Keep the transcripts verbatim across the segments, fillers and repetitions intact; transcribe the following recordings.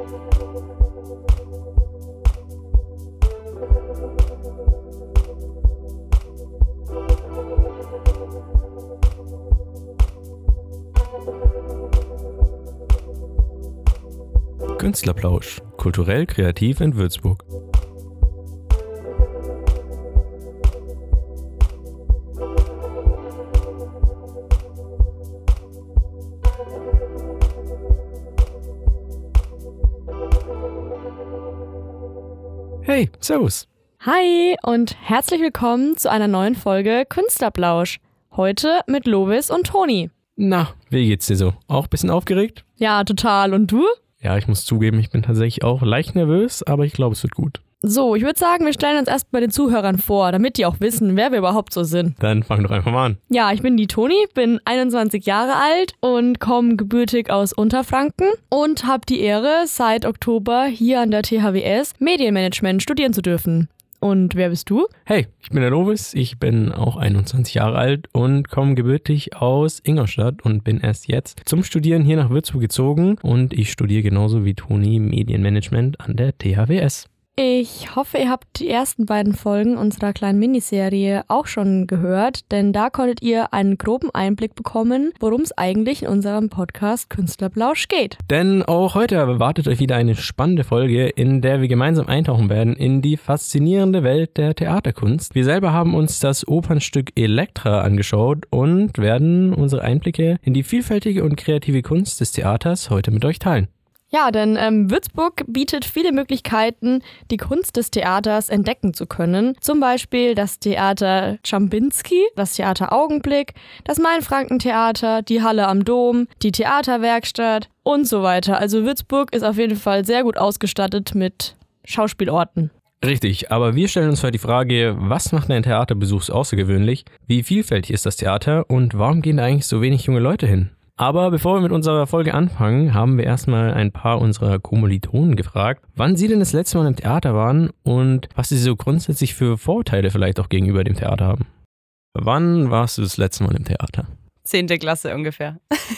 Künstlerplausch. Kulturell kreativ in Würzburg. Hey, servus. Hi und herzlich willkommen zu einer neuen Folge Künstlerplausch. Heute mit Lovis und Toni. Na, wie geht's dir so? Auch ein bisschen aufgeregt? Ja, total. Und du? Ja, ich muss zugeben, ich bin tatsächlich auch leicht nervös, aber ich glaube, es wird gut. So, ich würde sagen, wir stellen uns erst bei den Zuhörern vor, damit die auch wissen, wer wir überhaupt so sind. Dann fang doch einfach mal an. Ja, ich bin die Toni, bin einundzwanzig Jahre alt und komme gebürtig aus Unterfranken und habe die Ehre, seit Oktober hier an der T H W S Medienmanagement studieren zu dürfen. Und wer bist du? Hey, ich bin der Lovis, ich bin auch einundzwanzig Jahre alt und komme gebürtig aus Ingolstadt und bin erst jetzt zum Studieren hier nach Würzburg gezogen und ich studiere genauso wie Toni Medienmanagement an der T H W S. Ich hoffe, ihr habt die ersten beiden Folgen unserer kleinen Miniserie auch schon gehört, denn da konntet ihr einen groben Einblick bekommen, worum es eigentlich in unserem Podcast Künstlerplausch geht. Denn auch heute erwartet euch wieder eine spannende Folge, in der wir gemeinsam eintauchen werden in die faszinierende Welt der Theaterkunst. Wir selber haben uns das Opernstück Elektra angeschaut und werden unsere Einblicke in die vielfältige und kreative Kunst des Theaters heute mit euch teilen. Ja, denn ähm, Würzburg bietet viele Möglichkeiten, die Kunst des Theaters entdecken zu können. Zum Beispiel das Theater Czambinski, das Theater Augenblick, das Mainfranken-Theater, die Halle am Dom, die Theaterwerkstatt und so weiter. Also Würzburg ist auf jeden Fall sehr gut ausgestattet mit Schauspielorten. Richtig, aber wir stellen uns heute die Frage, was macht ein Theaterbesuch außergewöhnlich? Wie vielfältig ist das Theater und warum gehen da eigentlich so wenig junge Leute hin? Aber bevor wir mit unserer Folge anfangen, haben wir erstmal ein paar unserer Kommilitonen gefragt, wann sie denn das letzte Mal im Theater waren und was sie so grundsätzlich für Vorurteile vielleicht auch gegenüber dem Theater haben. Wann warst du das letzte Mal im Theater? Zehnte Klasse ungefähr.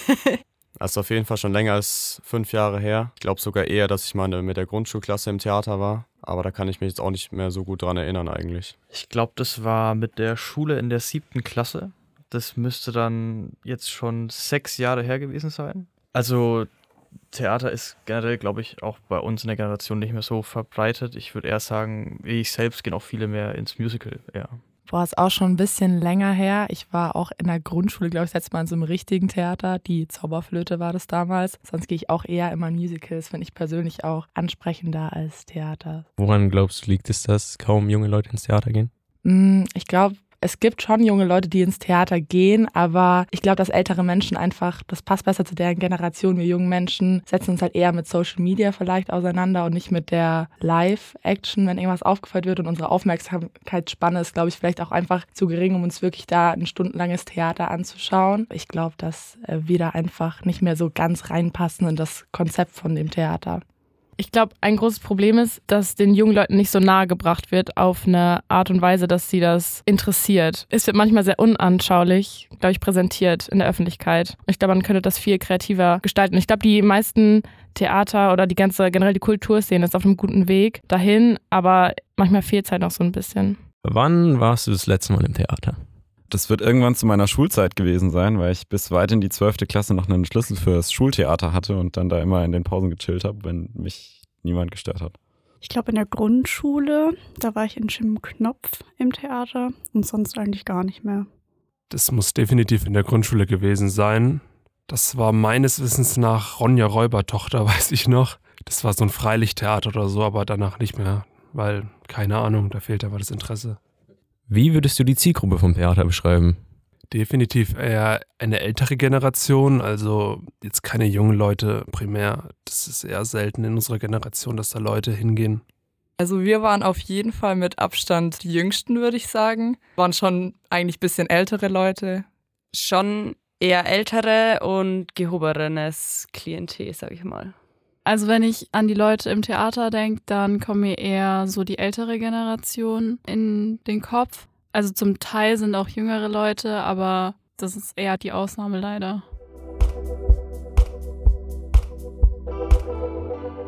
Also auf jeden Fall schon länger als fünf Jahre her. Ich glaube sogar eher, dass ich mal mit der Grundschulklasse im Theater war. Aber da kann ich mich jetzt auch nicht mehr so gut dran erinnern eigentlich. Ich glaube, das war mit der Schule in der siebten Klasse. Das müsste dann jetzt schon sechs Jahre her gewesen sein. Also Theater ist generell, glaube ich, auch bei uns in der Generation nicht mehr so verbreitet. Ich würde eher sagen, wie ich selbst, gehen auch viele mehr ins Musical eher. Boah, ist auch schon ein bisschen länger her. Ich war auch in der Grundschule, glaube ich, das letzte Mal in so einem richtigen Theater. Die Zauberflöte war das damals. Sonst gehe ich auch eher immer in Musicals. Finde ich persönlich auch ansprechender als Theater. Woran glaubst du, liegt es, dass kaum junge Leute ins Theater gehen? Ich glaube, es gibt schon junge Leute, die ins Theater gehen, aber ich glaube, dass ältere Menschen einfach, das passt besser zu deren Generation. Wir jungen Menschen setzen uns halt eher mit Social Media vielleicht auseinander und nicht mit der Live-Action, wenn irgendwas aufgeführt wird. Und unsere Aufmerksamkeitsspanne ist, glaube ich, vielleicht auch einfach zu gering, um uns wirklich da ein stundenlanges Theater anzuschauen. Ich glaube, dass wir da einfach nicht mehr so ganz reinpassen in das Konzept von dem Theater. Ich glaube, ein großes Problem ist, dass den jungen Leuten nicht so nahe gebracht wird auf eine Art und Weise, dass sie das interessiert. Es wird manchmal sehr unanschaulich, glaube ich, präsentiert in der Öffentlichkeit. Ich glaube, man könnte das viel kreativer gestalten. Ich glaube, die meisten Theater oder die ganze, generell die Kulturszene ist auf einem guten Weg dahin, aber manchmal fehlt es halt noch so ein bisschen. Wann warst du das letzte Mal im Theater? Das wird irgendwann zu meiner Schulzeit gewesen sein, weil ich bis weit in die zwölfte Klasse noch einen Schlüssel für das Schultheater hatte und dann da immer in den Pausen gechillt habe, wenn mich niemand gestört hat. Ich glaube in der Grundschule, da war ich in Jim Knopf im Theater und sonst eigentlich gar nicht mehr. Das muss definitiv in der Grundschule gewesen sein. Das war meines Wissens nach Ronja Räubertochter, weiß ich noch. Das war so ein Freilichttheater oder so, aber danach nicht mehr, weil, keine Ahnung, da fehlt aber das Interesse. Wie würdest du die Zielgruppe vom Theater beschreiben? Definitiv eher eine ältere Generation, also jetzt keine jungen Leute primär. Das ist eher selten in unserer Generation, dass da Leute hingehen. Also wir waren auf jeden Fall mit Abstand die Jüngsten, würde ich sagen. Waren schon eigentlich ein bisschen ältere Leute. Schon eher ältere und gehobeneres Klientel, sag ich mal. Also wenn ich an die Leute im Theater denke, dann kommt mir eher so die ältere Generation in den Kopf. Also zum Teil sind auch jüngere Leute, aber das ist eher die Ausnahme leider.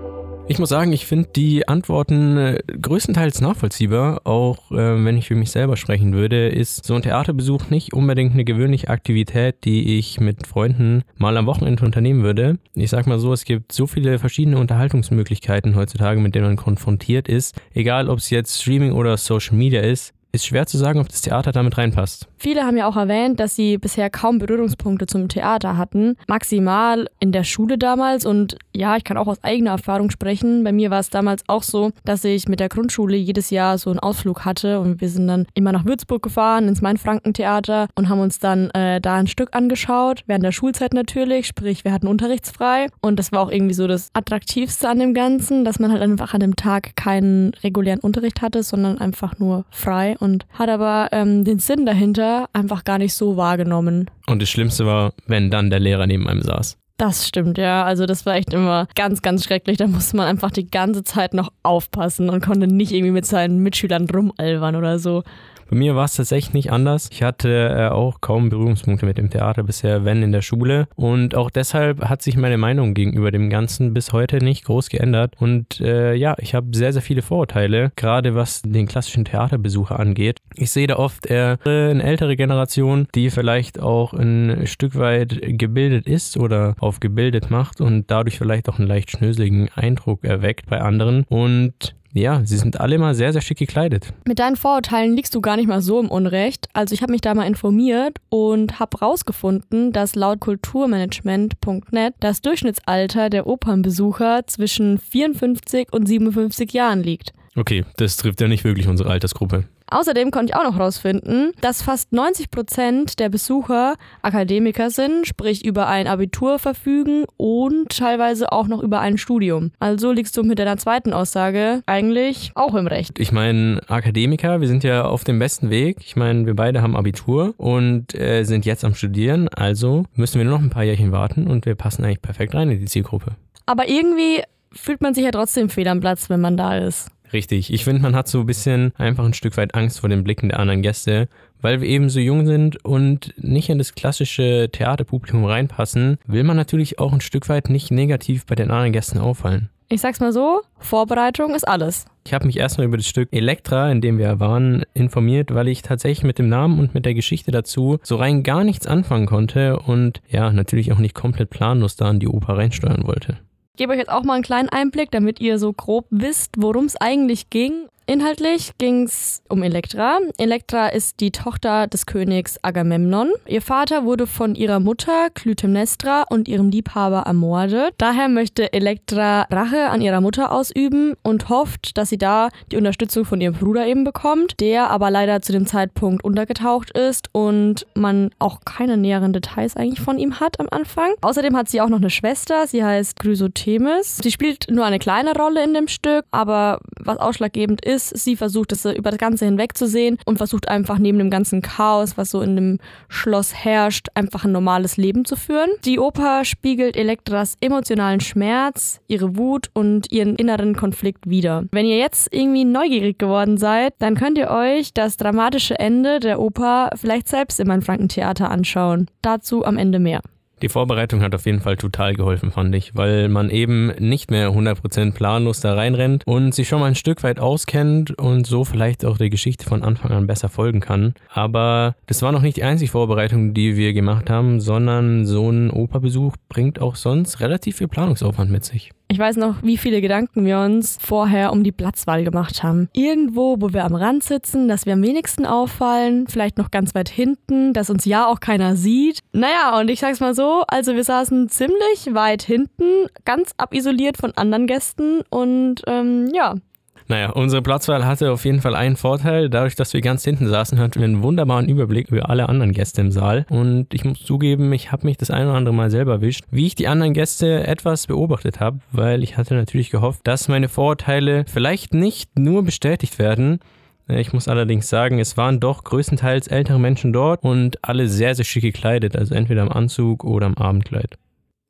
Ich muss sagen, ich finde die Antworten äh, größtenteils nachvollziehbar. Auch äh, wenn ich für mich selber sprechen würde, ist so ein Theaterbesuch nicht unbedingt eine gewöhnliche Aktivität, die ich mit Freunden mal am Wochenende unternehmen würde. Ich sag mal so, es gibt so viele verschiedene Unterhaltungsmöglichkeiten heutzutage, mit denen man konfrontiert ist. Egal, ob es jetzt Streaming oder Social Media ist. Ist schwer zu sagen, ob das Theater damit reinpasst. Viele haben ja auch erwähnt, dass sie bisher kaum Berührungspunkte zum Theater hatten. Maximal in der Schule damals. Und ja, ich kann auch aus eigener Erfahrung sprechen. Bei mir war es damals auch so, dass ich mit der Grundschule jedes Jahr so einen Ausflug hatte. Und wir sind dann immer nach Würzburg gefahren, ins Main-Franken-Theater und haben uns dann äh, da ein Stück angeschaut. Während der Schulzeit natürlich, sprich wir hatten unterrichtsfrei. Und das war auch irgendwie so das Attraktivste an dem Ganzen, dass man halt einfach an dem Tag keinen regulären Unterricht hatte, sondern einfach nur frei. Und hat aber ähm, den Sinn dahinter einfach gar nicht so wahrgenommen. Und das Schlimmste war, wenn dann der Lehrer neben einem saß. Das stimmt, ja. Also das war echt immer ganz, ganz schrecklich. Da musste man einfach die ganze Zeit noch aufpassen und konnte nicht irgendwie mit seinen Mitschülern rumalbern oder so. Bei mir war es tatsächlich nicht anders. Ich hatte äh, auch kaum Berührungspunkte mit dem Theater bisher, wenn in der Schule. Und auch deshalb hat sich meine Meinung gegenüber dem Ganzen bis heute nicht groß geändert. Und äh, ja, ich habe sehr, sehr viele Vorurteile, gerade was den klassischen Theaterbesucher angeht. Ich sehe da oft eher eine ältere Generation, die vielleicht auch ein Stück weit gebildet ist oder auf gebildet macht und dadurch vielleicht auch einen leicht schnöseligen Eindruck erweckt bei anderen. Und ja, sie sind alle mal sehr, sehr schick gekleidet. Mit deinen Vorurteilen liegst du gar nicht mal so im Unrecht. Also ich habe mich da mal informiert und habe rausgefunden, dass laut kulturmanagement punkt net das Durchschnittsalter der Opernbesucher zwischen vierundfünfzig und siebenundfünfzig Jahren liegt. Okay, das trifft ja nicht wirklich unsere Altersgruppe. Außerdem konnte ich auch noch rausfinden, dass fast neunzig Prozent der Besucher Akademiker sind, sprich über ein Abitur verfügen und teilweise auch noch über ein Studium. Also liegst du mit deiner zweiten Aussage eigentlich auch im Recht. Ich meine, Akademiker, wir sind ja auf dem besten Weg. Ich meine, wir beide haben Abitur und äh, sind jetzt am Studieren. Also müssen wir nur noch ein paar Jährchen warten und wir passen eigentlich perfekt rein in die Zielgruppe. Aber irgendwie fühlt man sich ja trotzdem fehl am Platz, wenn man da ist. Richtig. Ich finde, man hat so ein bisschen einfach ein Stück weit Angst vor den Blicken der anderen Gäste, weil wir eben so jung sind und nicht in das klassische Theaterpublikum reinpassen, will man natürlich auch ein Stück weit nicht negativ bei den anderen Gästen auffallen. Ich sag's mal so, Vorbereitung ist alles. Ich habe mich erstmal über das Stück Elektra, in dem wir waren, informiert, weil ich tatsächlich mit dem Namen und mit der Geschichte dazu so rein gar nichts anfangen konnte und ja, natürlich auch nicht komplett planlos da an die Oper reinsteuern wollte. Ich gebe euch jetzt auch mal einen kleinen Einblick, damit ihr so grob wisst, worum es eigentlich ging. Inhaltlich ging es um Elektra. Elektra ist die Tochter des Königs Agamemnon. Ihr Vater wurde von ihrer Mutter Clytemnestra und ihrem Liebhaber ermordet. Daher möchte Elektra Rache an ihrer Mutter ausüben und hofft, dass sie da die Unterstützung von ihrem Bruder eben bekommt, der aber leider zu dem Zeitpunkt untergetaucht ist und man auch keine näheren Details eigentlich von ihm hat am Anfang. Außerdem hat sie auch noch eine Schwester, sie heißt Chrysothemis. Sie spielt nur eine kleine Rolle in dem Stück, aber was ausschlaggebend ist, sie versucht es über das Ganze hinwegzusehen und versucht einfach neben dem ganzen Chaos, was so in dem Schloss herrscht, einfach ein normales Leben zu führen. Die Oper spiegelt Elektras emotionalen Schmerz, ihre Wut und ihren inneren Konflikt wider. Wenn ihr jetzt irgendwie neugierig geworden seid, dann könnt ihr euch das dramatische Ende der Oper vielleicht selbst im Main-Franken-Theater anschauen. Dazu am Ende mehr. Die Vorbereitung hat auf jeden Fall total geholfen, fand ich, weil man eben nicht mehr hundert Prozent planlos da reinrennt und sich schon mal ein Stück weit auskennt und so vielleicht auch der Geschichte von Anfang an besser folgen kann. Aber das war noch nicht die einzige Vorbereitung, die wir gemacht haben, sondern so ein Operbesuch bringt auch sonst relativ viel Planungsaufwand mit sich. Ich weiß noch, wie viele Gedanken wir uns vorher um die Platzwahl gemacht haben. Irgendwo, wo wir am Rand sitzen, dass wir am wenigsten auffallen, vielleicht noch ganz weit hinten, dass uns ja auch keiner sieht. Naja, und ich sag's mal so, also wir saßen ziemlich weit hinten, ganz abisoliert von anderen Gästen und ähm, ja. Naja, unsere Platzwahl hatte auf jeden Fall einen Vorteil. Dadurch, dass wir ganz hinten saßen, hatten wir einen wunderbaren Überblick über alle anderen Gäste im Saal. Und ich muss zugeben, ich habe mich das ein oder andere Mal selber erwischt, wie ich die anderen Gäste etwas beobachtet habe, weil ich hatte natürlich gehofft, dass meine Vorurteile vielleicht nicht nur bestätigt werden. Ich muss allerdings sagen, es waren doch größtenteils ältere Menschen dort und alle sehr, sehr schick gekleidet, also entweder im Anzug oder im Abendkleid.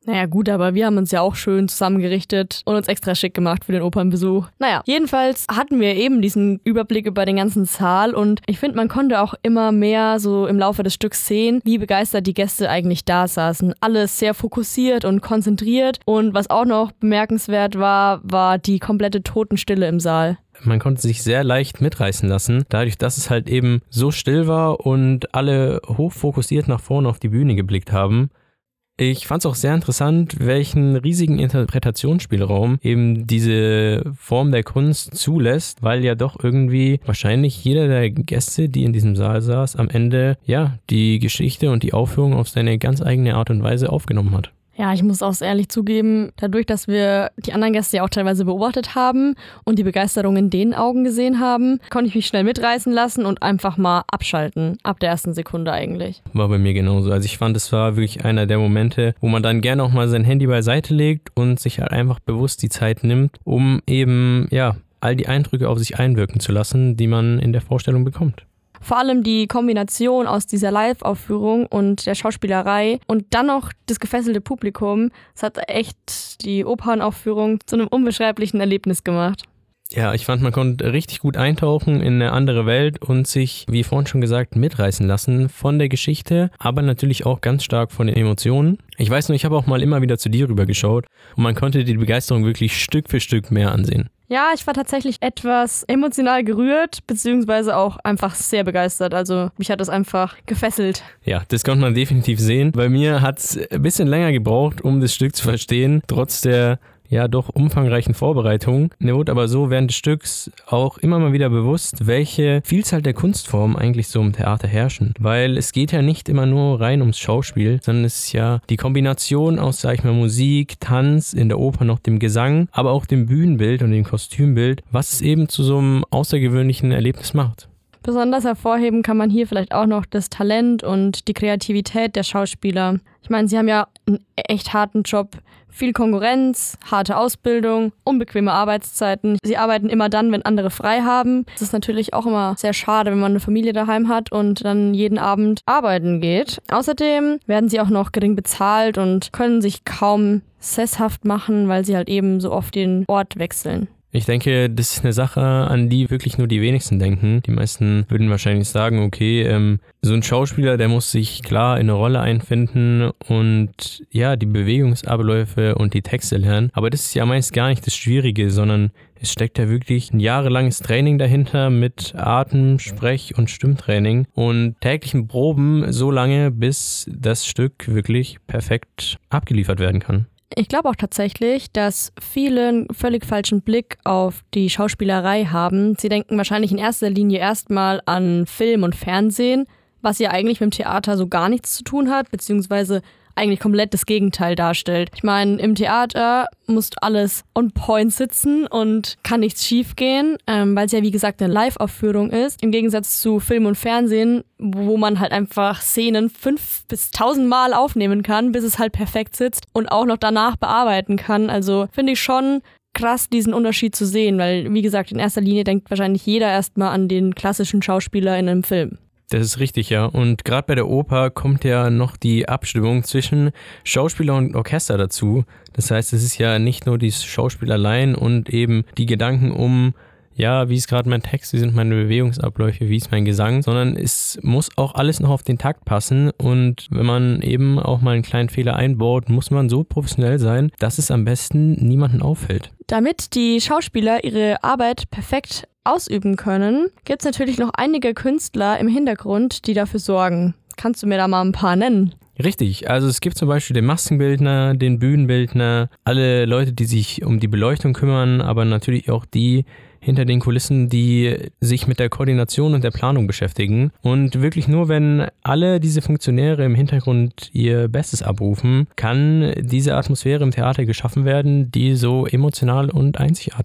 Naja gut, aber wir haben uns ja auch schön zusammengerichtet und uns extra schick gemacht für den Opernbesuch. Naja, jedenfalls hatten wir eben diesen Überblick über den ganzen Saal und ich finde, man konnte auch immer mehr so im Laufe des Stücks sehen, wie begeistert die Gäste eigentlich da saßen. Alles sehr fokussiert und konzentriert und was auch noch bemerkenswert war, war die komplette Totenstille im Saal. Man konnte sich sehr leicht mitreißen lassen, dadurch, dass es halt eben so still war und alle hochfokussiert nach vorne auf die Bühne geblickt haben. Ich fand es auch sehr interessant, welchen riesigen Interpretationsspielraum eben diese Form der Kunst zulässt, weil ja doch irgendwie wahrscheinlich jeder der Gäste, die in diesem Saal saß, am Ende ja die Geschichte und die Aufführung auf seine ganz eigene Art und Weise aufgenommen hat. Ja, ich muss auch ehrlich zugeben, dadurch, dass wir die anderen Gäste ja auch teilweise beobachtet haben und die Begeisterung in den Augen gesehen haben, konnte ich mich schnell mitreißen lassen und einfach mal abschalten, ab der ersten Sekunde eigentlich. War bei mir genauso. Also ich fand, es war wirklich einer der Momente, wo man dann gerne auch mal sein Handy beiseite legt und sich halt einfach bewusst die Zeit nimmt, um eben, ja, all die Eindrücke auf sich einwirken zu lassen, die man in der Vorstellung bekommt. Vor allem die Kombination aus dieser Live-Aufführung und der Schauspielerei und dann noch das gefesselte Publikum, das hat echt die Opernaufführung zu einem unbeschreiblichen Erlebnis gemacht. Ja, ich fand, man konnte richtig gut eintauchen in eine andere Welt und sich, wie vorhin schon gesagt, mitreißen lassen von der Geschichte, aber natürlich auch ganz stark von den Emotionen. Ich weiß nur, ich habe auch mal immer wieder zu dir rüber geschaut und man konnte die Begeisterung wirklich Stück für Stück mehr ansehen. Ja, ich war tatsächlich etwas emotional gerührt, beziehungsweise auch einfach sehr begeistert. Also mich hat das einfach gefesselt. Ja, das konnte man definitiv sehen. Bei mir hat es ein bisschen länger gebraucht, um das Stück zu verstehen, trotz der ja doch umfangreichen Vorbereitungen. Mir wurde aber so während des Stücks auch immer mal wieder bewusst, welche Vielzahl der Kunstformen eigentlich so im Theater herrschen. Weil es geht ja nicht immer nur rein ums Schauspiel, sondern es ist ja die Kombination aus, sag ich mal, Musik, Tanz, in der Oper noch dem Gesang, aber auch dem Bühnenbild und dem Kostümbild, was es eben zu so einem außergewöhnlichen Erlebnis macht. Besonders hervorheben kann man hier vielleicht auch noch das Talent und die Kreativität der Schauspieler. Ich meine, sie haben ja einen echt harten Job, viel Konkurrenz, harte Ausbildung, unbequeme Arbeitszeiten. Sie arbeiten immer dann, wenn andere frei haben. Das ist natürlich auch immer sehr schade, wenn man eine Familie daheim hat und dann jeden Abend arbeiten geht. Außerdem werden sie auch noch gering bezahlt und können sich kaum sesshaft machen, weil sie halt eben so oft den Ort wechseln. Ich denke, das ist eine Sache, an die wirklich nur die wenigsten denken. Die meisten würden wahrscheinlich sagen, okay, ähm, so ein Schauspieler, der muss sich klar in eine Rolle einfinden und ja, die Bewegungsabläufe und die Texte lernen. Aber das ist ja meist gar nicht das Schwierige, sondern es steckt ja wirklich ein jahrelanges Training dahinter mit Atem-, Sprech- und Stimmtraining und täglichen Proben so lange, bis das Stück wirklich perfekt abgeliefert werden kann. Ich glaube auch tatsächlich, dass viele einen völlig falschen Blick auf die Schauspielerei haben. Sie denken wahrscheinlich in erster Linie erstmal an Film und Fernsehen, was ja eigentlich mit dem Theater so gar nichts zu tun hat, beziehungsweise eigentlich komplett das Gegenteil darstellt. Ich meine, im Theater muss alles on point sitzen und kann nichts schief gehen, ähm, weil es ja wie gesagt eine Live-Aufführung ist. Im Gegensatz zu Film und Fernsehen, wo man halt einfach Szenen fünf bis tausend Mal aufnehmen kann, bis es halt perfekt sitzt und auch noch danach bearbeiten kann. Also finde ich schon krass, diesen Unterschied zu sehen, weil wie gesagt, in erster Linie denkt wahrscheinlich jeder erstmal an den klassischen Schauspieler in einem Film. Das ist richtig, ja. Und gerade bei der Oper kommt ja noch die Abstimmung zwischen Schauspieler und Orchester dazu. Das heißt, es ist ja nicht nur die Schauspieler allein und eben die Gedanken um, ja, wie ist gerade mein Text, wie sind meine Bewegungsabläufe, wie ist mein Gesang, sondern es muss auch alles noch auf den Takt passen. Und wenn man eben auch mal einen kleinen Fehler einbaut, muss man so professionell sein, dass es am besten niemanden auffällt. Damit die Schauspieler ihre Arbeit perfekt ausüben können, gibt es natürlich noch einige Künstler im Hintergrund, die dafür sorgen. Kannst du mir da mal ein paar nennen? Richtig, also es gibt zum Beispiel den Maskenbildner, den Bühnenbildner, alle Leute, die sich um die Beleuchtung kümmern, aber natürlich auch die hinter den Kulissen, die sich mit der Koordination und der Planung beschäftigen. Und wirklich nur, wenn alle diese Funktionäre im Hintergrund ihr Bestes abrufen, kann diese Atmosphäre im Theater geschaffen werden, die so emotional und einzigartig ist.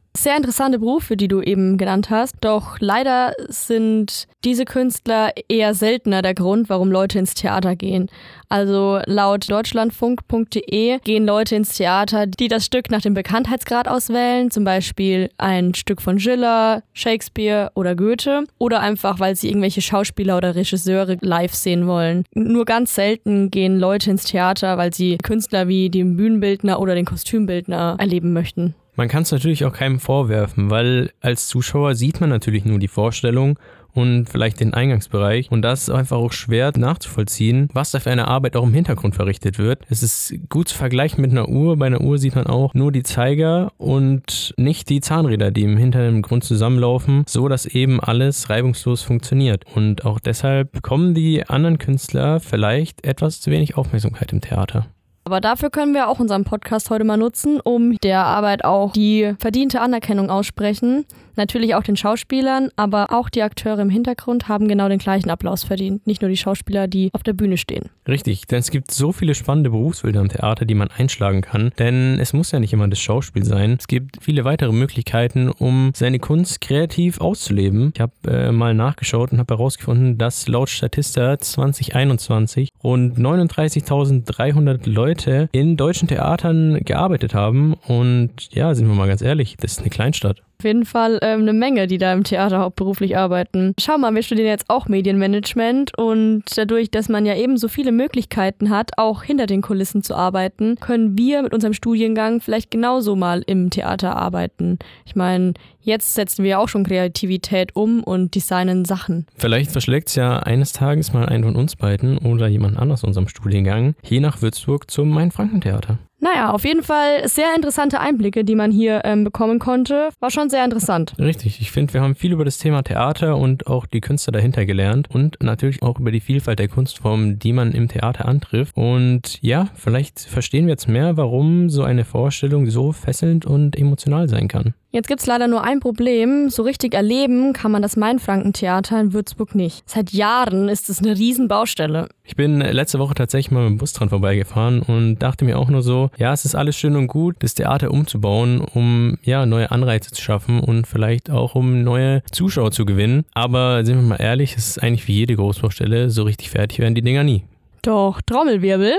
Sehr interessante Berufe, die du eben genannt hast. Doch leider sind diese Künstler eher seltener der Grund, warum Leute ins Theater gehen. Also laut deutschlandfunk punkt de gehen Leute ins Theater, die das Stück nach dem Bekanntheitsgrad auswählen, zum Beispiel ein Stück von Schiller, Shakespeare oder Goethe, oder einfach, weil sie irgendwelche Schauspieler oder Regisseure live sehen wollen. Nur ganz selten gehen Leute ins Theater, weil sie Künstler wie den Bühnenbildner oder den Kostümbildner erleben möchten. Man kann es natürlich auch keinem vorwerfen, weil als Zuschauer sieht man natürlich nur die Vorstellung und vielleicht den Eingangsbereich. Und das ist einfach auch schwer nachzuvollziehen, was da für eine Arbeit auch im Hintergrund verrichtet wird. Es ist gut zu vergleichen mit einer Uhr. Bei einer Uhr sieht man auch nur die Zeiger und nicht die Zahnräder, die im Hintergrund zusammenlaufen, so dass eben alles reibungslos funktioniert. Und auch deshalb bekommen die anderen Künstler vielleicht etwas zu wenig Aufmerksamkeit im Theater. Aber dafür können wir auch unseren Podcast heute mal nutzen, um der Arbeit auch die verdiente Anerkennung aussprechen. Natürlich auch den Schauspielern, aber auch die Akteure im Hintergrund haben genau den gleichen Applaus verdient. Nicht nur die Schauspieler, die auf der Bühne stehen. Richtig, denn es gibt so viele spannende Berufsbilder im Theater, die man einschlagen kann. Denn es muss ja nicht immer das Schauspiel sein. Es gibt viele weitere Möglichkeiten, um seine Kunst kreativ auszuleben. Ich habe äh, mal nachgeschaut und habe herausgefunden, dass laut Statista zwanzig einundzwanzig rund neununddreißigtausenddreihundert Leute in deutschen Theatern gearbeitet haben. Und ja, sind wir mal ganz ehrlich, das ist eine Kleinstadt. Auf jeden Fall ähm, eine Menge, die da im Theater hauptberuflich arbeiten. Schau mal, wir studieren jetzt auch Medienmanagement und dadurch, dass man ja eben so viele Möglichkeiten hat, auch hinter den Kulissen zu arbeiten, können wir mit unserem Studiengang vielleicht genauso mal im Theater arbeiten. Ich meine, jetzt setzen wir auch schon Kreativität um und designen Sachen. Vielleicht verschlägt es ja eines Tages mal einen von uns beiden oder jemand anders in unserem Studiengang hier nach Würzburg zum Main-Franken-Theater. Naja, auf jeden Fall sehr interessante Einblicke, die man hier ähm, bekommen konnte. War schon sehr interessant. Richtig, ich finde, wir haben viel über das Thema Theater und auch die Künstler dahinter gelernt und natürlich auch über die Vielfalt der Kunstformen, die man im Theater antrifft. Und ja, vielleicht verstehen wir jetzt mehr, warum so eine Vorstellung so fesselnd und emotional sein kann. Jetzt gibt's leider nur ein Problem. So richtig erleben kann man das Main-Franken-Theater in Würzburg nicht. Seit Jahren ist es eine riesen Baustelle. Ich bin letzte Woche tatsächlich mal mit dem Bus dran vorbeigefahren und dachte mir auch nur so, ja, es ist alles schön und gut, das Theater umzubauen, um ja neue Anreize zu schaffen und vielleicht auch um neue Zuschauer zu gewinnen. Aber sind wir mal ehrlich, es ist eigentlich wie jede Großbaustelle, so richtig fertig werden die Dinger nie. Doch, Trommelwirbel.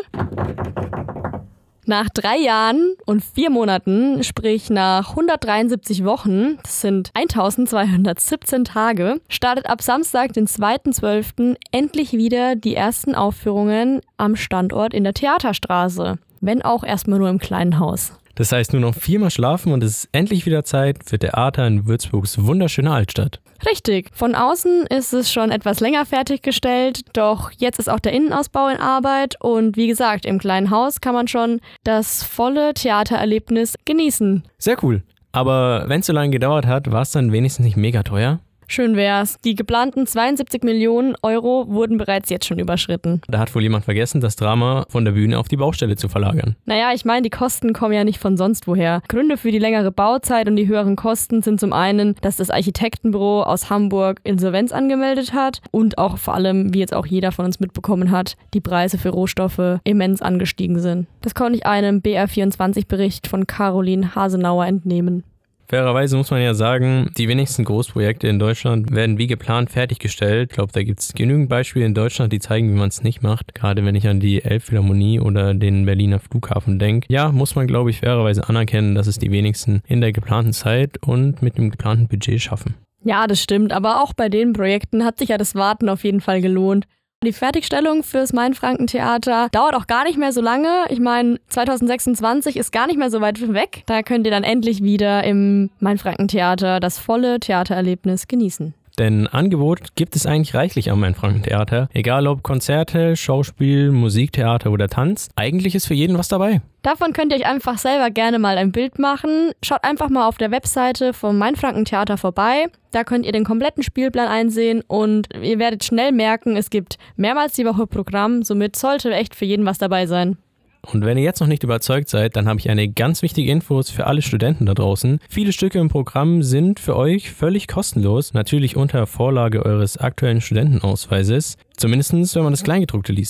Nach drei Jahren und vier Monaten, sprich nach hundertdreiundsiebzig Wochen, das sind eintausendzweihundertsiebzehn Tage, startet ab Samstag, den zweiten zwölften endlich wieder die ersten Aufführungen am Standort in der Theaterstraße. Wenn auch erstmal nur im kleinen Haus. Das heißt nur noch viermal schlafen und es ist endlich wieder Zeit für Theater in Würzburgs wunderschöner Altstadt. Richtig. Von außen ist es schon etwas länger fertiggestellt, doch jetzt ist auch der Innenausbau in Arbeit und wie gesagt, im kleinen Haus kann man schon das volle Theatererlebnis genießen. Sehr cool. Aber wenn es so lange gedauert hat, war es dann wenigstens nicht mega teuer? Schön wär's. Die geplanten zweiundsiebzig Millionen Euro wurden bereits jetzt schon überschritten. Da hat wohl jemand vergessen, das Drama von der Bühne auf die Baustelle zu verlagern. Naja, ich meine, die Kosten kommen ja nicht von sonst woher. Gründe für die längere Bauzeit und die höheren Kosten sind zum einen, dass das Architektenbüro aus Hamburg Insolvenz angemeldet hat und auch vor allem, wie jetzt auch jeder von uns mitbekommen hat, die Preise für Rohstoffe immens angestiegen sind. Das konnte ich einem B R vierundzwanzig-Bericht von Caroline Hasenauer entnehmen. Fairerweise muss man ja sagen, die wenigsten Großprojekte in Deutschland werden wie geplant fertiggestellt. Ich glaube, da gibt es genügend Beispiele in Deutschland, die zeigen, wie man es nicht macht. Gerade wenn ich an die Elbphilharmonie oder den Berliner Flughafen denke. Ja, muss man, glaube ich, fairerweise anerkennen, dass es die wenigsten in der geplanten Zeit und mit dem geplanten Budget schaffen. Ja, das stimmt. Aber auch bei den Projekten hat sich ja das Warten auf jeden Fall gelohnt. Die Fertigstellung fürs Main-Franken-Theater dauert auch gar nicht mehr so lange. Ich meine, zweitausendsechsundzwanzig ist gar nicht mehr so weit weg. Da könnt ihr dann endlich wieder im Main-Franken-Theater das volle Theatererlebnis genießen. Denn Angebot gibt es eigentlich reichlich am Main-Franken-Theater. Egal ob Konzerte, Schauspiel, Musiktheater oder Tanz. Eigentlich ist für jeden was dabei. Davon könnt ihr euch einfach selber gerne mal ein Bild machen. Schaut einfach mal auf der Webseite vom Main-Franken-Theater vorbei. Da könnt ihr den kompletten Spielplan einsehen und ihr werdet schnell merken, es gibt mehrmals die Woche Programm. Somit sollte echt für jeden was dabei sein. Und wenn ihr jetzt noch nicht überzeugt seid, dann habe ich eine ganz wichtige Infos für alle Studenten da draußen. Viele Stücke im Programm sind für euch völlig kostenlos, natürlich unter Vorlage eures aktuellen Studentenausweises, zumindest wenn man das Kleingedruckte liest.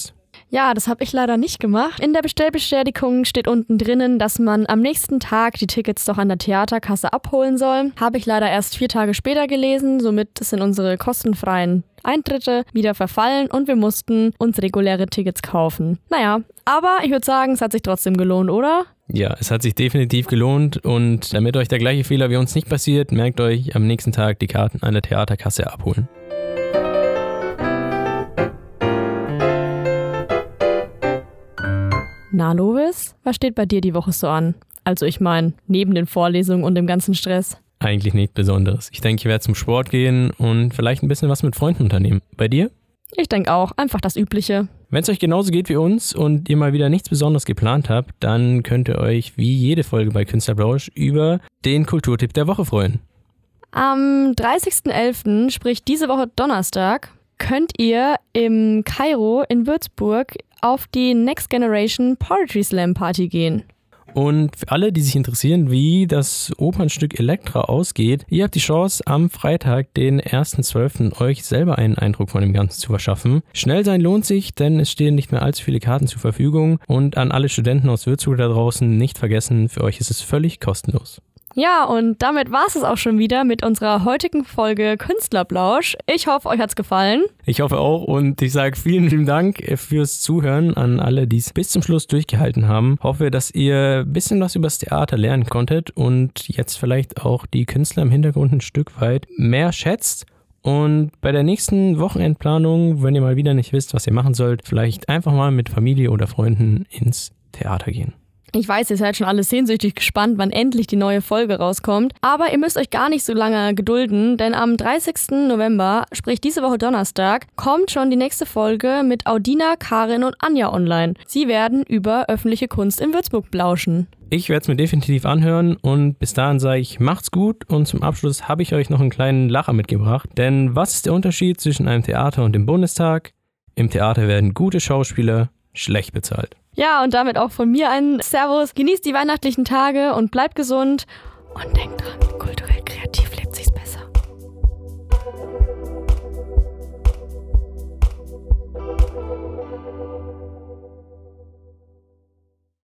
Ja, das habe ich leider nicht gemacht. In der Bestellbestätigung steht unten drinnen, dass man am nächsten Tag die Tickets doch an der Theaterkasse abholen soll. Habe ich leider erst vier Tage später gelesen, somit sind unsere kostenfreien Eintritte wieder verfallen und wir mussten uns reguläre Tickets kaufen. Naja, aber ich würde sagen, es hat sich trotzdem gelohnt, oder? Ja, es hat sich definitiv gelohnt und damit euch der gleiche Fehler wie uns nicht passiert, merkt euch am nächsten Tag die Karten an der Theaterkasse abholen. Na, Lovis, was steht bei dir die Woche so an? Also ich meine, neben den Vorlesungen und dem ganzen Stress. Eigentlich nichts Besonderes. Ich denke, ich werde zum Sport gehen und vielleicht ein bisschen was mit Freunden unternehmen. Bei dir? Ich denke auch, einfach das Übliche. Wenn es euch genauso geht wie uns und ihr mal wieder nichts Besonderes geplant habt, dann könnt ihr euch wie jede Folge bei Künstlerblausch über den Kulturtipp der Woche freuen. Am dreißigsten elften, sprich diese Woche Donnerstag, könnt ihr im Kairo in Würzburg auf die Next Generation Poetry Slam Party gehen. Und für alle, die sich interessieren, wie das Opernstück Elektra ausgeht, ihr habt die Chance, am Freitag, den ersten zwölften euch selber einen Eindruck von dem Ganzen zu verschaffen. Schnell sein lohnt sich, denn es stehen nicht mehr allzu viele Karten zur Verfügung. Und an alle Studenten aus Würzburg da draußen, nicht vergessen, für euch ist es völlig kostenlos. Ja, und damit war es auch schon wieder mit unserer heutigen Folge Künstlerblausch. Ich hoffe, euch hat's gefallen. Ich hoffe auch und ich sage vielen lieben Dank fürs Zuhören an alle, die es bis zum Schluss durchgehalten haben. Hoffe, dass ihr ein bisschen was über das Theater lernen konntet und jetzt vielleicht auch die Künstler im Hintergrund ein Stück weit mehr schätzt. Und bei der nächsten Wochenendplanung, wenn ihr mal wieder nicht wisst, was ihr machen sollt, vielleicht einfach mal mit Familie oder Freunden ins Theater gehen. Ich weiß, ihr seid schon alle sehnsüchtig gespannt, wann endlich die neue Folge rauskommt. Aber ihr müsst euch gar nicht so lange gedulden, denn am dreißigsten November, sprich diese Woche Donnerstag, kommt schon die nächste Folge mit Audina, Karin und Anja online. Sie werden über öffentliche Kunst in Würzburg plauschen. Ich werde es mir definitiv anhören und bis dahin sage ich, macht's gut und zum Abschluss habe ich euch noch einen kleinen Lacher mitgebracht. Denn was ist der Unterschied zwischen einem Theater und dem Bundestag? Im Theater werden gute Schauspieler schlecht bezahlt. Ja, und damit auch von mir ein Servus. Genießt die weihnachtlichen Tage und bleibt gesund und denkt dran.